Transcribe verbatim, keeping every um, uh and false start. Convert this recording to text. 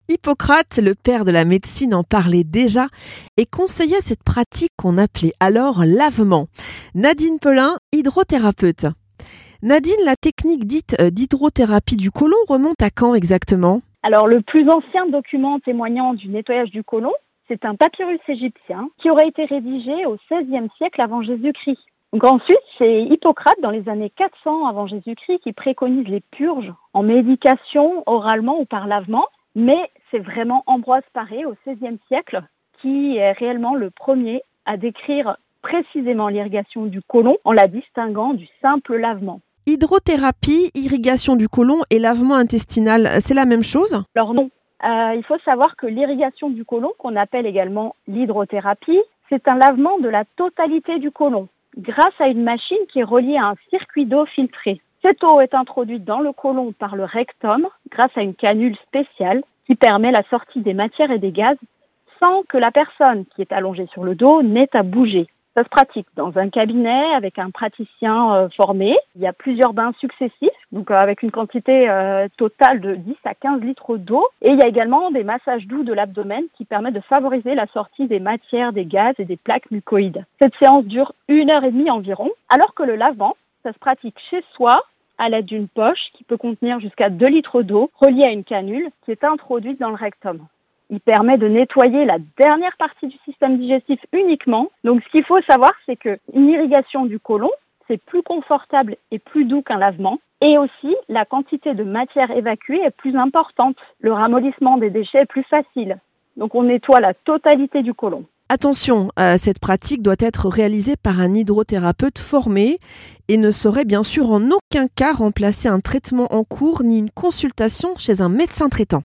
Hippocrate, le père de la médecine, en parlait déjà et conseillait cette pratique qu'on appelait alors lavement. Nadine Pelin, hydrothérapeute. Nadine, la technique dite d'hydrothérapie du côlon remonte à quand exactement ? Alors, le plus ancien document témoignant du nettoyage du côlon, c'est un papyrus égyptien qui aurait été rédigé au seizième siècle avant Jésus-Christ. Donc ensuite, c'est Hippocrate, dans les années quatre cents avant Jésus-Christ, qui préconise les purges en médication, oralement ou par lavement. Mais c'est vraiment Ambroise Paré, au seizième siècle, qui est réellement le premier à décrire précisément l'irrigation du côlon en la distinguant du simple lavement. Hydrothérapie, irrigation du côlon et lavement intestinal, c'est la même chose ? Alors non. Euh, il faut savoir que l'irrigation du côlon, qu'on appelle également l'hydrothérapie, c'est un lavement de la totalité du côlon, grâce à une machine qui est reliée à un circuit d'eau filtré. Cette eau est introduite dans le côlon par le rectum, grâce à une canule spéciale qui permet la sortie des matières et des gaz sans que la personne qui est allongée sur le dos n'ait à bouger. Ça se pratique dans un cabinet avec un praticien euh, formé. Il y a plusieurs bains successifs, donc euh, avec une quantité euh, totale de dix à quinze litres d'eau. Et il y a également des massages doux de l'abdomen qui permettent de favoriser la sortie des matières, des gaz et des plaques mucoïdes. Cette séance dure une heure et demie environ, alors que le lavement, ça se pratique chez soi à l'aide d'une poche qui peut contenir jusqu'à deux litres d'eau reliée à une canule qui est introduite dans le rectum. Il permet de nettoyer la dernière partie du système digestif uniquement. Donc, ce qu'il faut savoir, c'est qu'une irrigation du côlon, c'est plus confortable et plus doux qu'un lavement. Et aussi, la quantité de matière évacuée est plus importante. Le ramollissement des déchets est plus facile. Donc, on nettoie la totalité du côlon. Attention, euh, cette pratique doit être réalisée par un hydrothérapeute formé et ne saurait bien sûr en aucun cas remplacer un traitement en cours ni une consultation chez un médecin traitant.